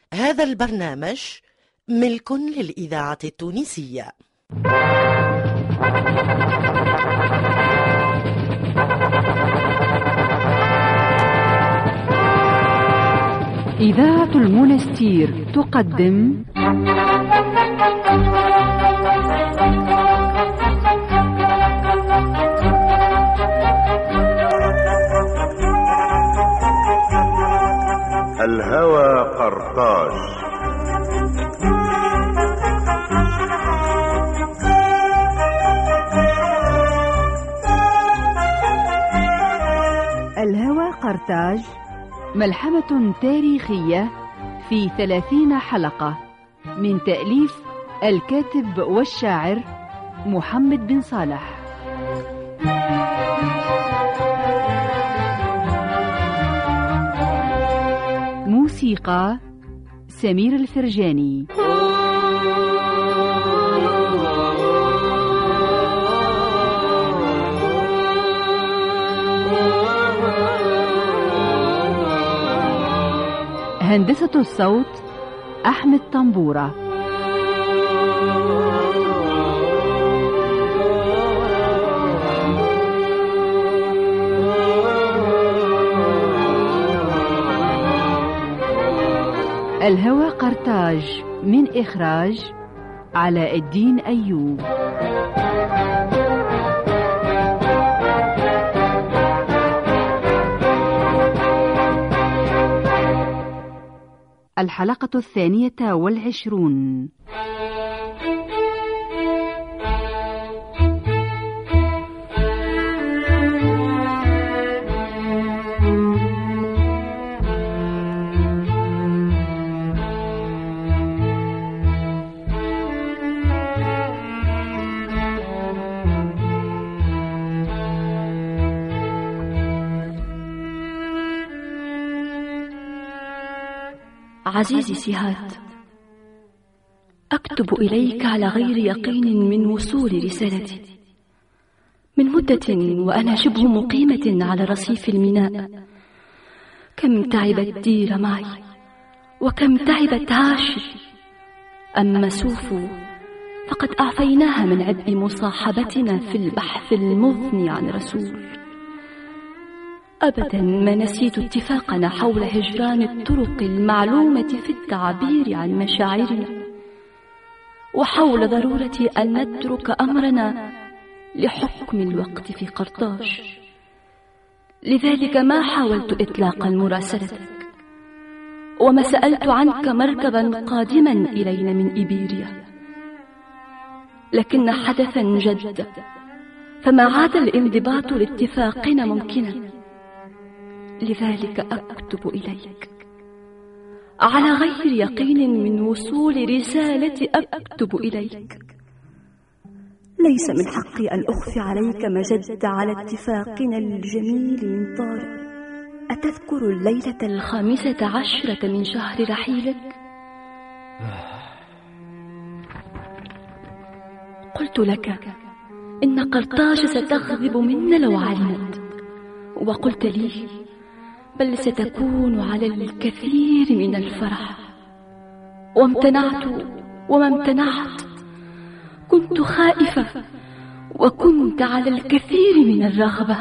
هذا البرنامج ملك للإذاعة التونسية. إذاعة المنستير تقدم الهوى قرطاج. الهوى قرطاج، ملحمة تاريخية في 30 حلقة، من تأليف الكاتب والشاعر محمد بن صالح. موسيقى سمير الفرجاني. هندسة الصوت أحمد طنبورة. الهوى قرطاج، من إخراج علاء الدين أيوب. الحلقة 22. عزيزي سهاد، أكتب إليك على غير يقين من وصول رسالتي. من مدة وأنا شبه مقيمة على رصيف الميناء. كم تعبت دير معي، وكم تعبت عاشي. أما سوفو فقد أعفيناها من عبء مصاحبتنا في البحث المضني عن رسول. أبدا ما نسيت اتفاقنا حول هجران الطرق المعلومة في التعبير عن مشاعرنا، وحول ضرورة أن نترك أمرنا لحكم الوقت في قرطاج. لذلك ما حاولت إطلاق مراسلتك، وما سألت عنك مركبا قادما إلينا من إيبيريا. لكن حدثا جد، فما عاد الانضباط لاتفاقنا ممكنا. لذلك أكتب إليك على غير يقين من وصول رسالتي. أكتب إليك. ليس من حقي أن أخفي عليك ما جد على اتفاقنا الجميل من طارئ. أتذكر الليلة 15 من شهر رحيلك؟ قلت لك إن قرطاج ستغضب منا لو علمت، وقلت لي بل ستكون على الكثير من الفرح. وامتنعت وما امتنعت. كنت خائفة، وكنت على الكثير من الرغبة.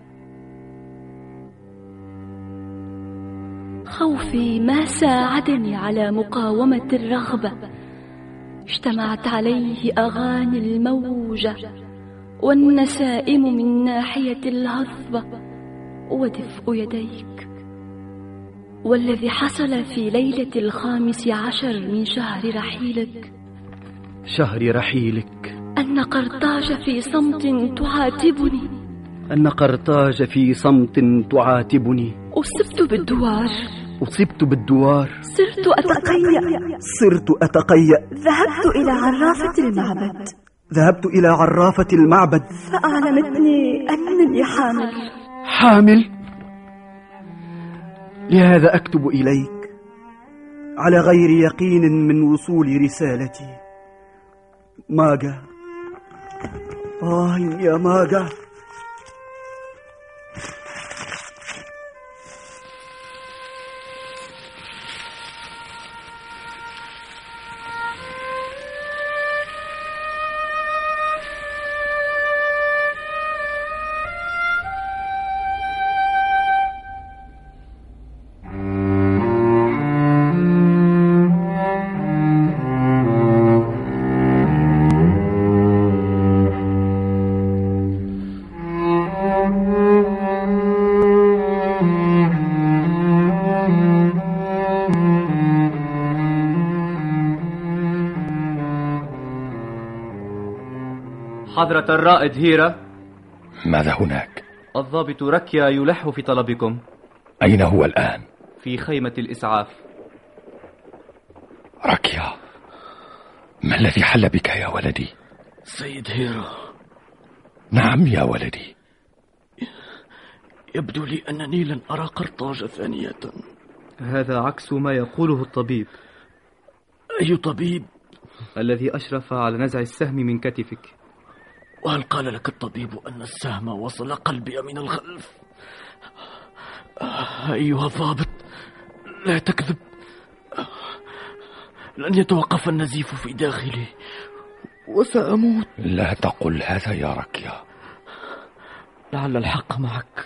خوفي ما ساعدني على مقاومة الرغبة. اجتمعت عليه أغاني الموجة والنسائم من ناحية الهضبة ودفء يديك. والذي حصل في ليلة 15 من شهر رحيلك، شهر رحيلك، أن قرطاج في صمت تعاتبني. أن قرطاج في صمت تعاتبني. أصبت بالدوار. أصبت بالدوار. صرت أتقيأ. ذهبت إلى عرافة المعبد. فأعلمتني أنني حامل. لهذا أكتب إليك على غير يقين من وصول رسالتي. ماجا، يا ماجا. حضرة الرائد هيرا. ماذا هناك؟ الضابط ركيا يلح في طلبكم. أين هو الآن؟ في خيمة الإسعاف. ركيا، ما الذي حل بك يا ولدي؟ سيد هيرا. نعم يا ولدي. يبدو لي أنني لن أرى قرطاج ثانية. هذا عكس ما يقوله الطبيب. أي طبيب؟ الذي أشرف على نزع السهم من كتفك. وهل قال لك الطبيب أن السهم وصل قلبي من الخلف؟ أيها الضابط، لا تكذب. لن يتوقف النزيف في داخلي وسأموت. لا تقل هذا يا ركيا. لعل الحق معك،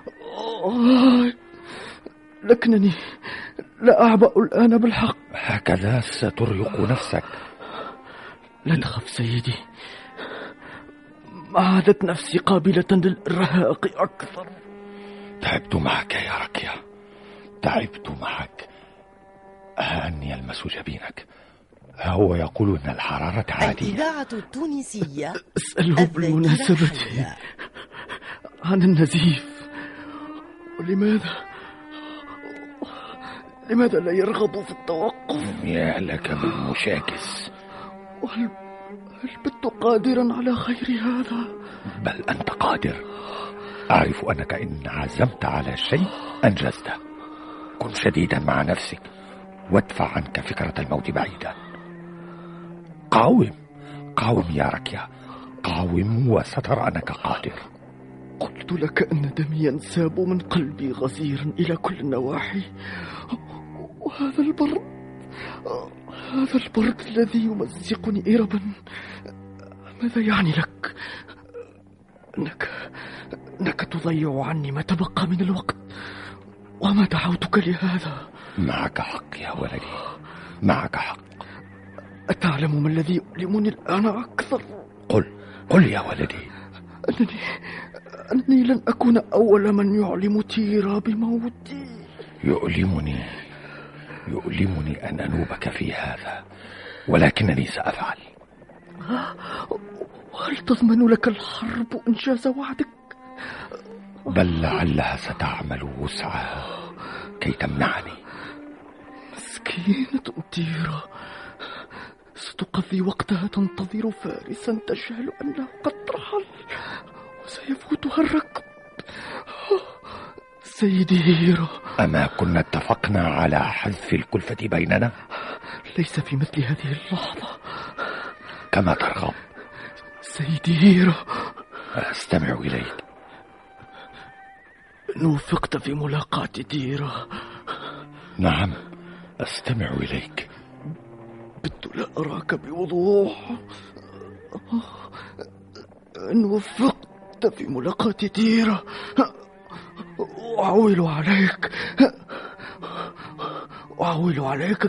لكنني لا أعبأ الآن بالحق. هكذا سترهق نفسك. لا تخف سيدي، ما عادت نفسي قابلة للإرهاق أكثر. تعبت معك يا ركيا، تعبت معك. أني يلمس جبينك. هو يقول أن الحرارة عادية. الإذاعة التونسية. اسأله بالمناسبة عن النزيف. لماذا لا يرغب في التوقف؟ يا لك من مشاكس. وهل بت قادرا على خير هذا؟ بل أنت قادر. أعرف أنك إن عزمت على شيء أنجزته. كن شديدا مع نفسك وادفع عنك فكرة الموت بعيدا. قاوم يا ركيا، قاوم وسترى أنك قادر. قلت لك أن دمي ينساب من قلبي غزيرا إلى كل النواحي، وهذا البرد الذي يمزقني إربا. ماذا يعني لك أنك تضيع عني ما تبقى من الوقت، وما دعوتك لهذا؟ معك حق يا ولدي، معك حق. أتعلم ما الذي يؤلمني الآن أكثر؟ قل يا ولدي. أنني لن أكون أول من يعلم تيرا بموتي. يؤلمني أن أنوبك في هذا، ولكنني سأفعل. وهل تضمن لك الحرب إنجاز وعدك؟ بل لعلها ستعمل وسعها كي تمنعني. مسكينة تيرا، ستقضي وقتها تنتظر فارسا تجهل أنه قد رحل وسيفوتها الركب. سيدي هيرا، أما كنا اتفقنا على حذف الكلفة بيننا؟ ليس في مثل هذه اللحظة. كما ترغب سيدي هيرا. أستمع إليك. إن وفقت في ملاقاة تيرا. نعم، أستمع إليك. بدت لا أراك بوضوح. إن وفقت في ملاقاة تيرا أعول عليك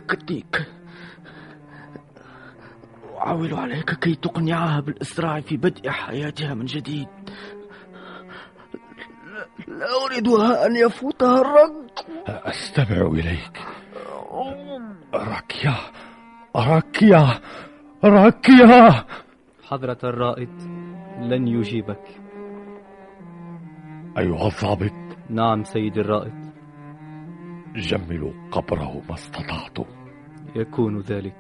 كي تقنعها بالإسراع في بدء حياتها من جديد. لا أريدها أن يفوتها الركب. أستمع إليك. ركيا. حضرة الرائد، لن يجيبك. أيها الضابط. نعم سيد الرائد. جملوا قبره ما استطعتم. يكون ذلك.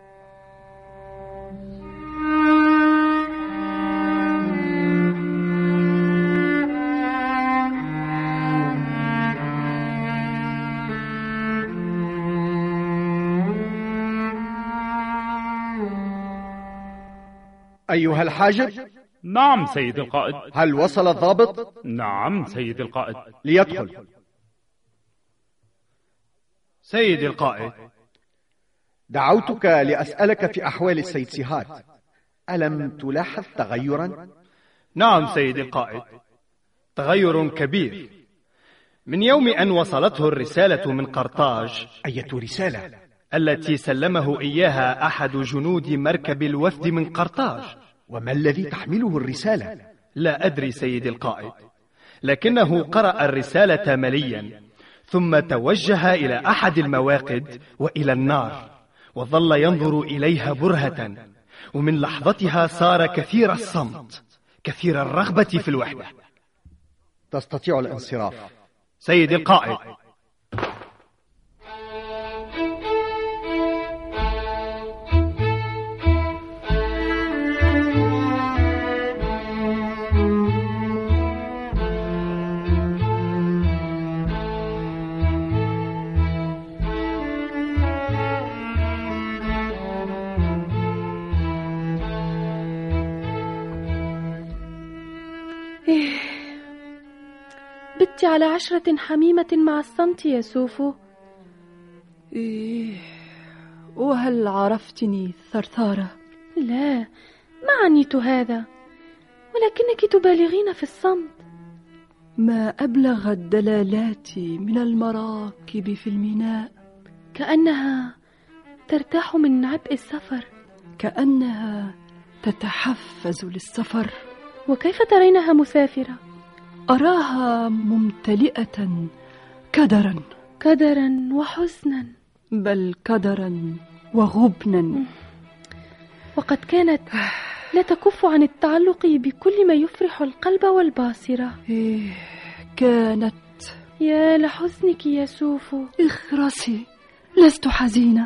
أيها الحاجب. نعم سيد القائد. هل وصل الضابط؟ نعم سيد القائد. ليدخل. سيد القائد، دعوتك لأسألك في أحوال السيد سيهات. ألم تلاحظ تغيرا؟ نعم سيد القائد، تغير كبير من يوم أن وصلته الرسالة من قرطاج. أية رسالة؟ التي سلمه إياها أحد جنود مركب الوفد من قرطاج. وما الذي تحمله الرسالة؟ لا أدري سيد القائد، لكنه قرأ الرسالة مليا، ثم توجه إلى أحد المواقد وإلى النار، وظل ينظر إليها برهة، ومن لحظتها صار كثير الصمت، كثير الرغبة في الوحدة. تستطيع الانصراف. سيدي القائد. بت على 10 حميمة مع الصمت يا سوفو. وهل عرفتني ثرثارة؟ لا، ما عنيت هذا، ولكنك تبالغين في الصمت. ما أبلغ الدلالات من المراكب في الميناء، كأنها ترتاح من عبء السفر، كأنها تتحفز للسفر. وكيف ترينها مسافرة؟ أراها ممتلئة كدرا. كدرا وحزنا، بل كدرا وغبنا. وقد كانت لا تكف عن التعلق بكل ما يفرح القلب والباصرة. كانت. يا لحزنك يا سوفو. اخرسي، لست حزينة.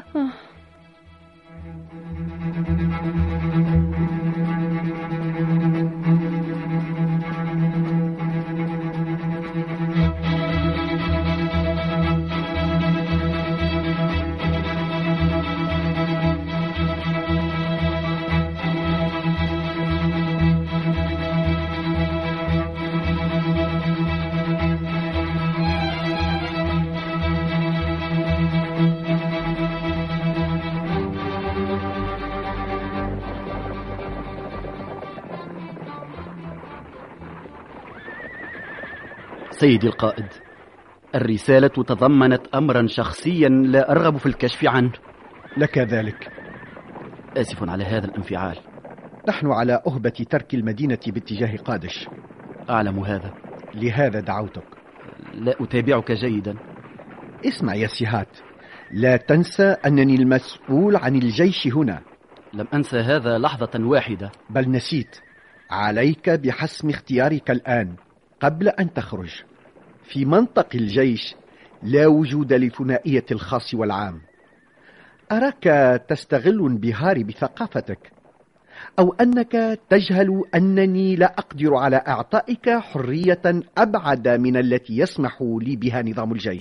سيدي القائد، الرسالة تضمنت أمرا شخصيا لا أرغب في الكشف عنه. لك ذلك. آسف على هذا الانفعال. نحن على أهبة ترك المدينة باتجاه قادش. أعلم هذا، لهذا دعوتك. لا أتابعك جيدا. اسمع يا سيهات، لا تنسى أنني المسؤول عن الجيش هنا. لم أنسى هذا لحظة واحدة. بل نسيت. عليك بحسم اختيارك الآن قبل أن تخرج. في منطق الجيش لا وجود لثنائية الخاص والعام. أراك تستغل انبهاري بثقافتك، أو أنك تجهل أنني لا أقدر على إعطائك حرية أبعد من التي يسمح لي بها نظام الجيش.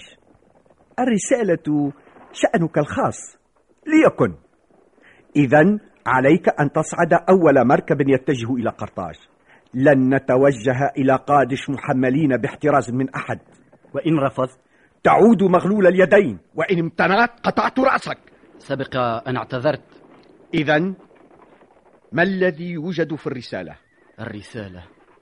الرسالة شأنك الخاص، ليكن. إذن عليك أن تصعد أول مركب يتجه إلى قرطاج. لن نتوجه إلى قادش محملين باحتراز من أحد. وإن رفض تعود مغلول اليدين، وإن امتنعت قطعت رأسك. سبق أن اعتذرت. إذن ما الذي يوجد في الرسالة؟ الرسالة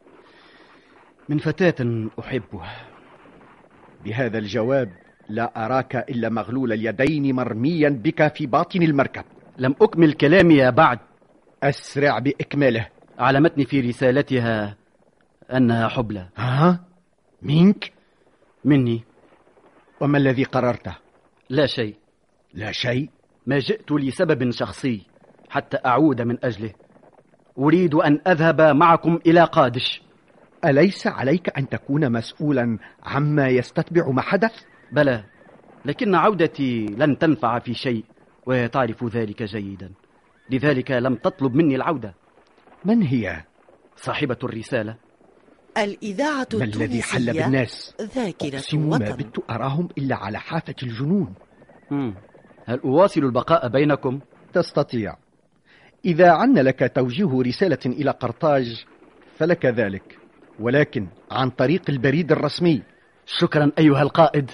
من فتاة أحبها. بهذا الجواب لا أراك إلا مغلول اليدين مرميا بك في باطن المركب. لم أكمل كلامي بعد. أسرع بإكماله. علمتني في رسالتها أنها حبلى. ها؟ منك؟ مني. وما الذي قررته؟ لا شيء. لا شيء؟ ما جئت لسبب شخصي حتى أعود من أجله. أريد أن أذهب معكم إلى قادش. أليس عليك أن تكون مسؤولا عما يستتبع ما حدث؟ بلى، لكن عودتي لن تنفع في شيء، وتعرف ذلك جيدا. لذلك لم تطلب مني العودة. من هي؟ صاحبة الرسالة. الإذاعة ما الذي حل بالناس؟ ذاكرة ما بت أراهم إلا على حافة الجنون. هل أواصل البقاء بينكم؟ تستطيع. إذا عن لك توجيه رسالة إلى قرطاج فلك ذلك، ولكن عن طريق البريد الرسمي. شكرا أيها القائد.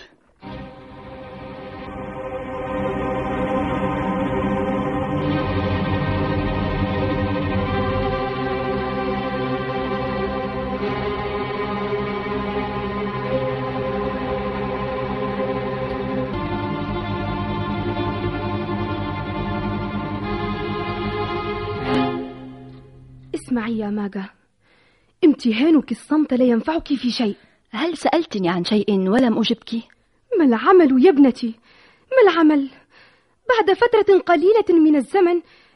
اسمعي يا ماغا، امتهانك الصمت لا ينفعك في شيء. هل سألتني عن شيء ولم أجبك؟ ما العمل يا ابنتي؟ ما العمل؟ بعد فترة قليلة من الزمن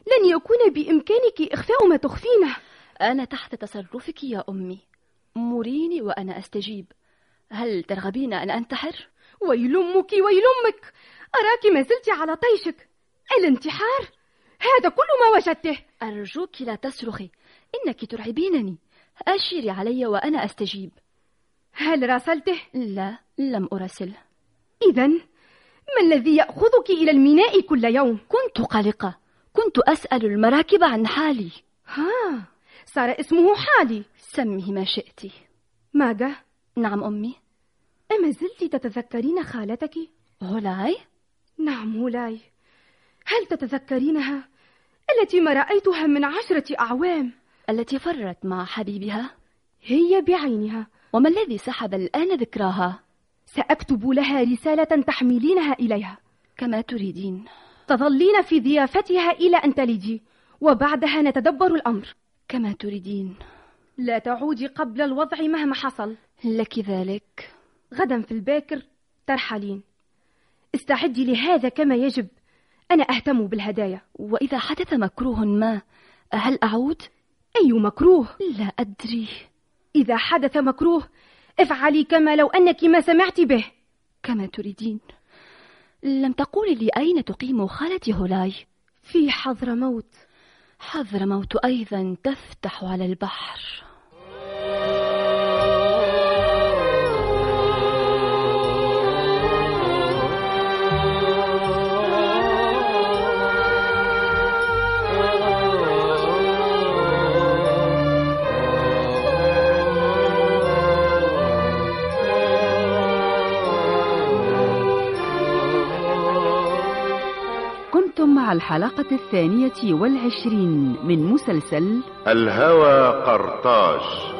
لن يكون بإمكانك إخفاء ما تخفينه. أنا تحت تصرفك يا أمي، مريني وأنا أستجيب. هل ترغبين أن أنتحر؟ ويل أمك ويل أمك، أراك ما زلت على طيشك. الانتحار؟ هذا كل ما وجدته. أرجوك لا تصرخي، إنك ترعبينني. أشيري علي وأنا أستجيب. هل راسلته؟ لا، لم أراسله. إذن ما الذي يأخذك إلى الميناء كل يوم؟ كنت قلقة، كنت أسأل المراكب عن حالي. صار اسمه حالي. سميه ما شئت. ماذا؟ نعم أمي. أما زلت تتذكرين خالتك؟ هولاي؟ نعم هولاي. هل تتذكرينها التي ما رأيتها من 10 أعوام؟ التي فرت مع حبيبها؟ هي بعينها. وما الذي سحب الآن ذكراها؟ سأكتب لها رسالة تحملينها إليها. كما تريدين. تظلين في ضيافتها إلى أن تلدي، وبعدها نتدبر الأمر. كما تريدين. لا تعودي قبل الوضع مهما حصل. لك ذلك. غدا في الباكر ترحلين. استعدي لهذا كما يجب. أنا أهتم بالهدايا. وإذا حدث مكروه ما، هل أعود؟ أي مكروه؟ لا أدري. إذا حدث مكروه افعلي كما لو أنك ما سمعت به. كما تريدين. لم تقولي لي أين تقيم خالتي هولاي؟ في حضرموت. حضرموت أيضا تفتح على البحر. مع الحلقة 22 من مسلسل الهوى قرطاج.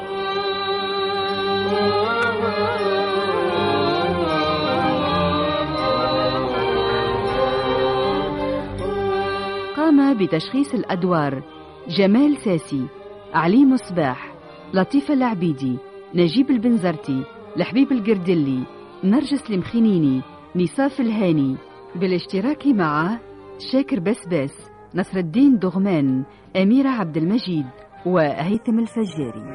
قام بتشخيص الأدوار جمال ساسي، علي مصباح، لطيفة العبيدي، نجيب البنزرتي، لحبيب القردلي، نرجس المخنيني، نصاف الهاني، بالاشتراك مع شاكر بسباس، نصر الدين دغمان، أميرة عبد المجيد، وهيثم الفجاري.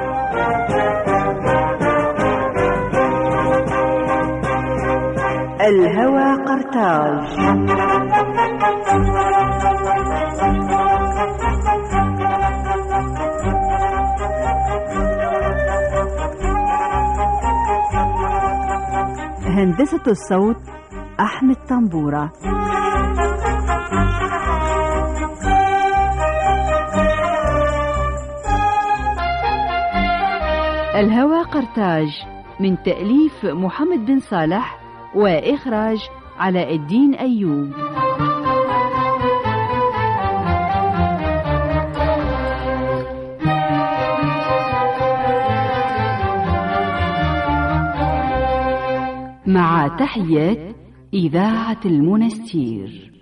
الهوى قرطاج. هندسة الصوت أحمد طنبورة. الهوى قرطاج من تأليف محمد بن صالح وإخراج علاء الدين أيوب. مع تحيات إذاعة المنستير.